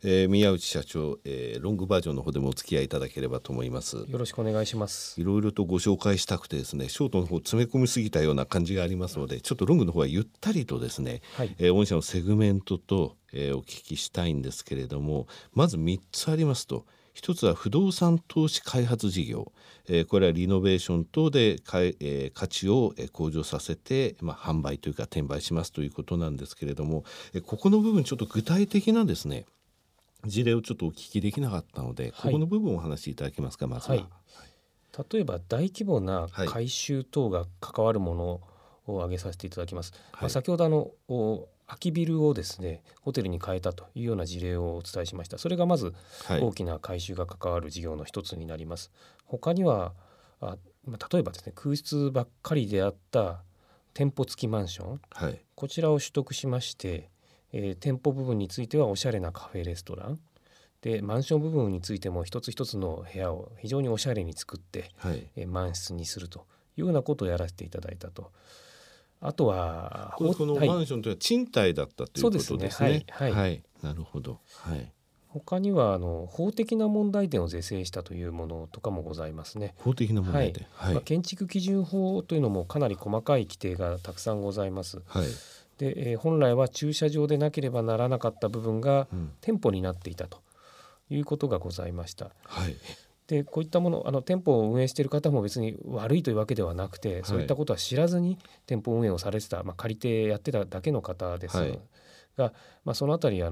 宮内社長、ロングバージョンの方でもお付き合いいただければと思います。 よろしくお願いします。 いろいろとご紹介したくてですね、ショートの方詰め込みすぎたような感じがありますので、ちょっとロングの方はゆったりとですね、 はい、 御社のセグメントと、お聞きしたいんですけれども、まず3つありますと、一つは不動産投資開発事業、これはリノベーション等で価値を向上させて、販売というか転売しますということなんですけれども、ここの部分ちょっと具体的なですね事例をちょっとお聞きできなかったので、 はい、 ここの部分をお話しいただけますか。まずは、 はい、例えば大規模な改修等が関わるものを挙げさせていただきます。 はい先ほど空きビルをですねホテルに変えたというような事例をお伝えしました。それがまずはい大きな改修が関わる事業の一つになります。他には例えばですね空室ばっかりであった店舗付きマンション、 はい、 こちらを取得しまして、店舗部分についてはおしゃれなカフェレストランで、マンション部分についても一つ一つの部屋を非常におしゃれに作って、 はい、 満室にするというようなことをやらせていただいたと。あとはこのはい、 マンションというのは賃貸だったということですね。 そうですね、はい、 はい、なるほど。はい、 他には法的な問題点を是正したというものとかもございますね。 法的な問題で、はい、 建築基準法というのもかなり細かい規定がたくさんございます。 はい、 で、本来は駐車場でなければならなかった部分が店舗になっていたということがございました。 はい、 でこういったもの店舗を運営している方も別に悪いというわけではなくて、そういったことは知らずに店舗運営をされてた、借りてやってただけの方です、 はいが、そのあたり我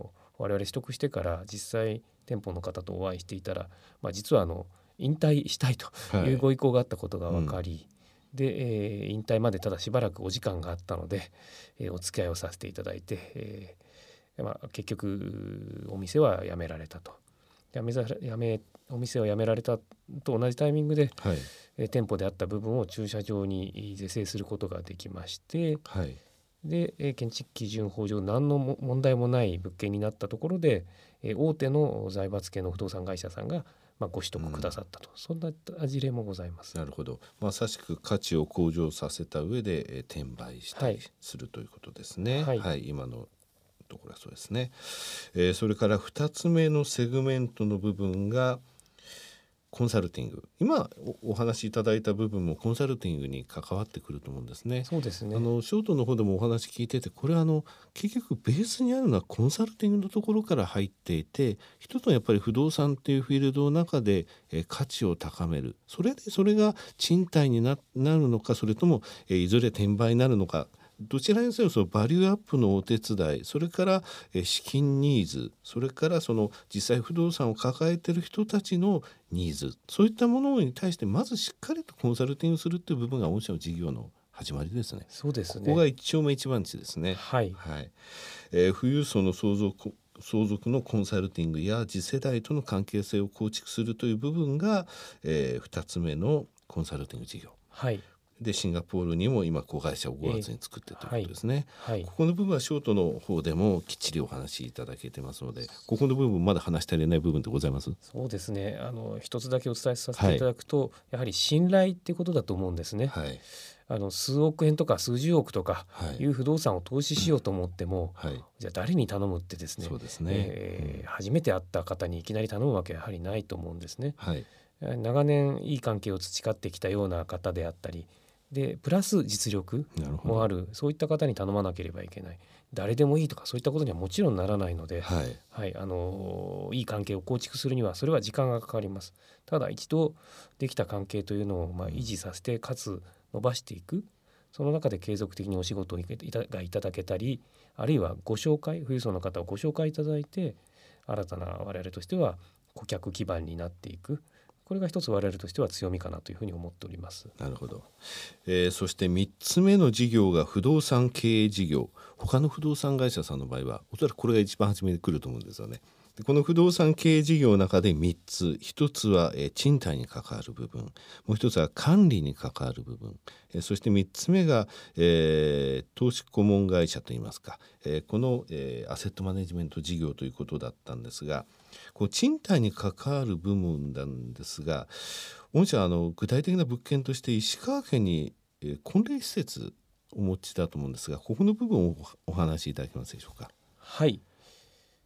々取得してから実際店舗の方とお会いしていたら、実は引退したいというご意向があったことが分かり、で、引退までただしばらくお時間があったので、お付き合いをさせていただいて、結局お店は辞められたと。お店を辞められたと同じタイミングで、 はい、 店舗であった部分を駐車場に是正することができまして、 はい、 で建築基準法上何の問題もない物件になったところで、大手の財閥系の不動産会社さんがご取得くださったと、そんな事例もございます。 なるほど。まさしく価値を向上させた上で、転売したりするということですね。 はいはい、今のところはそうですね。それから2つ目のセグメントの部分がコンサルティング。今 お話しいただいた部分もコンサルティングに関わってくると思うんですね。 そうですね。 ショートの方でもお話聞いてて、これ結局ベースにあるのはコンサルティングのところから入っていて、一つはやっぱり不動産っていうフィールドの中で、価値を高める、それが賃貸になるのか、それとも、いずれ転売になるのか、どちらにせよそのバリューアップのお手伝い、それから資金ニーズ、それからその実際不動産を抱えている人たちのニーズ、そういったものに対してまずしっかりとコンサルティングするという部分が御社の事業の始まりですね。 そうですね。 ここが一丁目一番地ですね。 はい、 はい。富裕層の相続のコンサルティングや次世代との関係性を構築するという部分が、2つ目のコンサルティング事業。 はい、 でシンガポールにも今子会社を5月に作ってということですね。 はい、 ここの部分はショートの方でもきっちりお話しいただけてますので、ここの部分まだ話し足りない部分でございます。 そうですね。一つだけお伝えさせていただくと、やはり信頼っていうことだと思うんですね。 はい、 数億円とか数十億とかはいいう不動産を投資しようと思っても、 はい、 じゃあ誰に頼むってですね、 そうですね、 初めて会った方にいきなり頼むわけはやはりないと思うんですね。 はい、 長年いい関係を培ってきたような方であったりで、プラス実力もある、そういった方に頼まなければいけない。誰でもいいとかそういったことにはもちろんならないので、 はい、 はい、いい関係を構築するにはそれは時間がかかります。ただ一度できた関係というのを維持させて、かつ伸ばしていく、その中で継続的にお仕事をいただけたり、あるいはご紹介、富裕層の方をご紹介いただいて新たな我々としては顧客基盤になっていく、これが一つ我々としては強みかなというふうに思っております。 なるほど。そして3つ目の事業が不動産経営事業。他の不動産会社さんの場合はおそらくこれが一番初めに来ると思うんですよね。でこの不動産経営事業の中で3つ、1つは賃貸に関わる部分、もう1つは管理に関わる部分、そして3つ目が、投資顧問会社といいますか、この、アセットマネジメント事業ということだったんですが、こう賃貸に関わる部門なんですが、御社具体的な物件として石川県に、婚礼施設お持ちだと思うんですが、ここの部分をお話しいただけますでしょうか。 はい、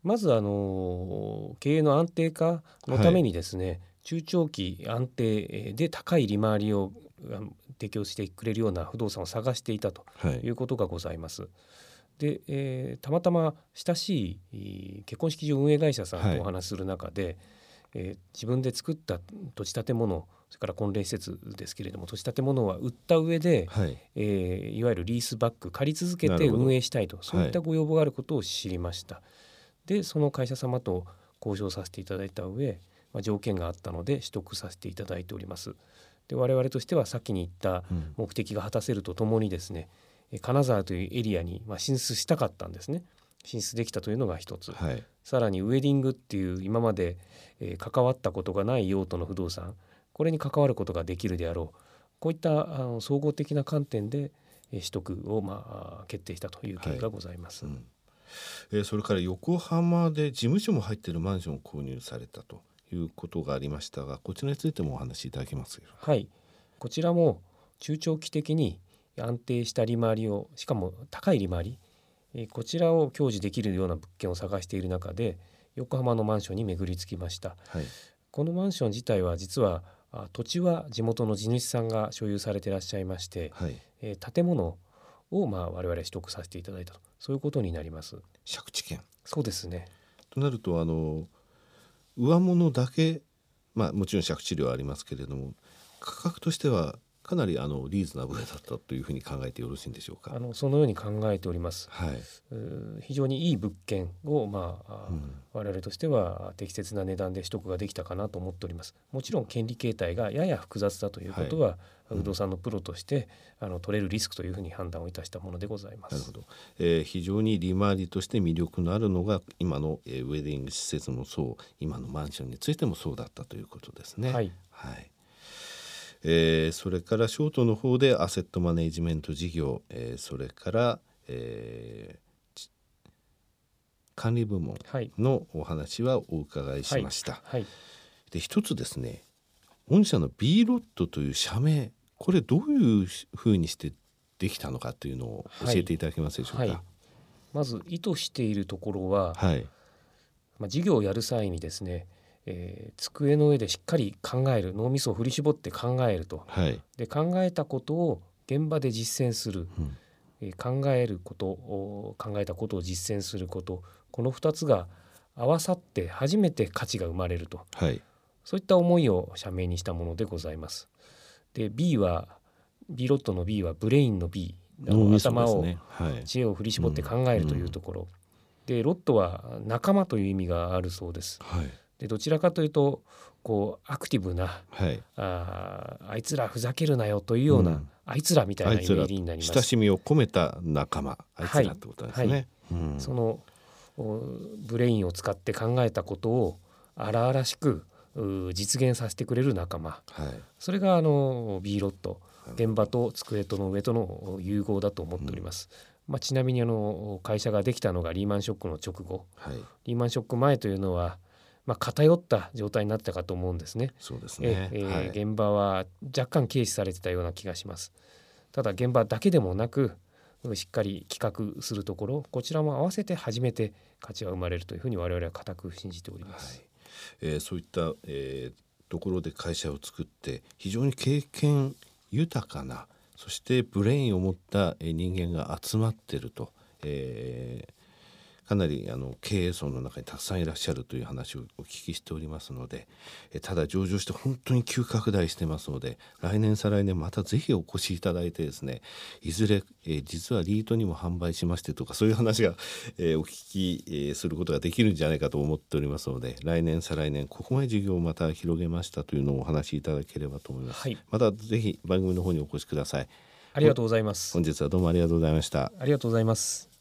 まず経営の安定化のためにですね、中長期安定で高い利回りを提供してくれるような不動産を探していたということがございます。で、たまたま親しい結婚式場運営会社さんとお話しする中で、自分で作った土地建物、それから婚礼施設ですけれども、土地建物は売った上で、いわゆるリースバック、借り続けて運営したいと、そういったご要望があることを知りました。でその会社様と交渉させていただいた上、条件があったので取得させていただいております。で我々としては先に言った目的が果たせるとともにですね、金沢というエリアに進出したかったんですね。進出できたというのが一つ、さらにウェディングっていう今まで関わったことがない用途の不動産、これに関わることができるであろう、こういった総合的な観点で取得を決定したという経緯がございます。 それから横浜で事務所も入っているマンションを購入されたということがありましたが、こちらについてもお話しいただけますか。 はい、こちらも中長期的に安定した利回りを、しかも高い利回り、こちらを享受できるような物件を探している中で横浜のマンションに巡り着きました。このマンション自体は実は土地は地元の地主さんが所有されていらっしゃいまして、建物を我々取得させていただいたと、そういうことになります。 借地権。 そうですね。 となると上物だけ、もちろん借地料はありますけれども、価格としてはかなりリーズナブルだったというふうに考えてよろしいんでしょうか。 そのように考えております。非常にいい物件を、我々としては適切な値段で取得ができたかなと思っております。もちろん権利形態がやや複雑だということは、不動産のプロとして取れるリスクというふうに判断をいたしたものでございます。 なるほど。非常に利回りとして魅力のあるのが今の、ウェディング施設もそう、今のマンションについてもそうだったということですね。それからショートの方でアセットマネジメント事業、それから、管理部門のお話はお伺いしました。で一つですね、御社の B ロットという社名、これどういうふうにしてできたのかというのを教えていただけますでしょうか。 まず意図しているところは、事業をやる際にですね、机の上でしっかり考える、脳みそを振り絞って考えると、で考えたことを現場で実践する、考えたことを実践すること、この2つが合わさって初めて価値が生まれると、そういった思いを社名にしたものでございます。で B ロットの B はブレインの B、頭を、知恵を振り絞って考えるというところ、でロットは仲間という意味があるそうです。でどちらかというとアクティブな、あいつらふざけるなよというような、あいつらみたいなイメージになります。 親しみを込めた仲間、あいつらってことですね。 そのブレインを使って考えたことを荒々しく実現させてくれる仲間、それがB ロット、現場と机との上との融合だと思っております。ちなみに会社ができたのがリーマンショックの直後、リーマンショック前というのは偏った状態になってたかと思うんですね。 そうですね。 現場は若干軽視されてたような気がします。ただ現場だけでもなくしっかり企画するところ、こちらも合わせて初めて価値が生まれるというふうに我々は固く信じております。 そういった、ところで会社を作って非常に経験豊かな、そしてブレインを持った人間が集まっていると、かなり経営層の中にたくさんいらっしゃるという話をお聞きしておりますので、ただ上場して本当に急拡大してますので、来年再来年またぜひお越しいただいてですね、いずれ、実はリートにも販売しましてとか、そういう話が、お聞き、することができるんじゃないかと思っておりますので、来年再来年ここまで事業をまた広げましたというのをお話しいただければと思います。またぜひ番組の方にお越しください。 ありがとうございます。 本日はどうもありがとうございました。 ありがとうございます。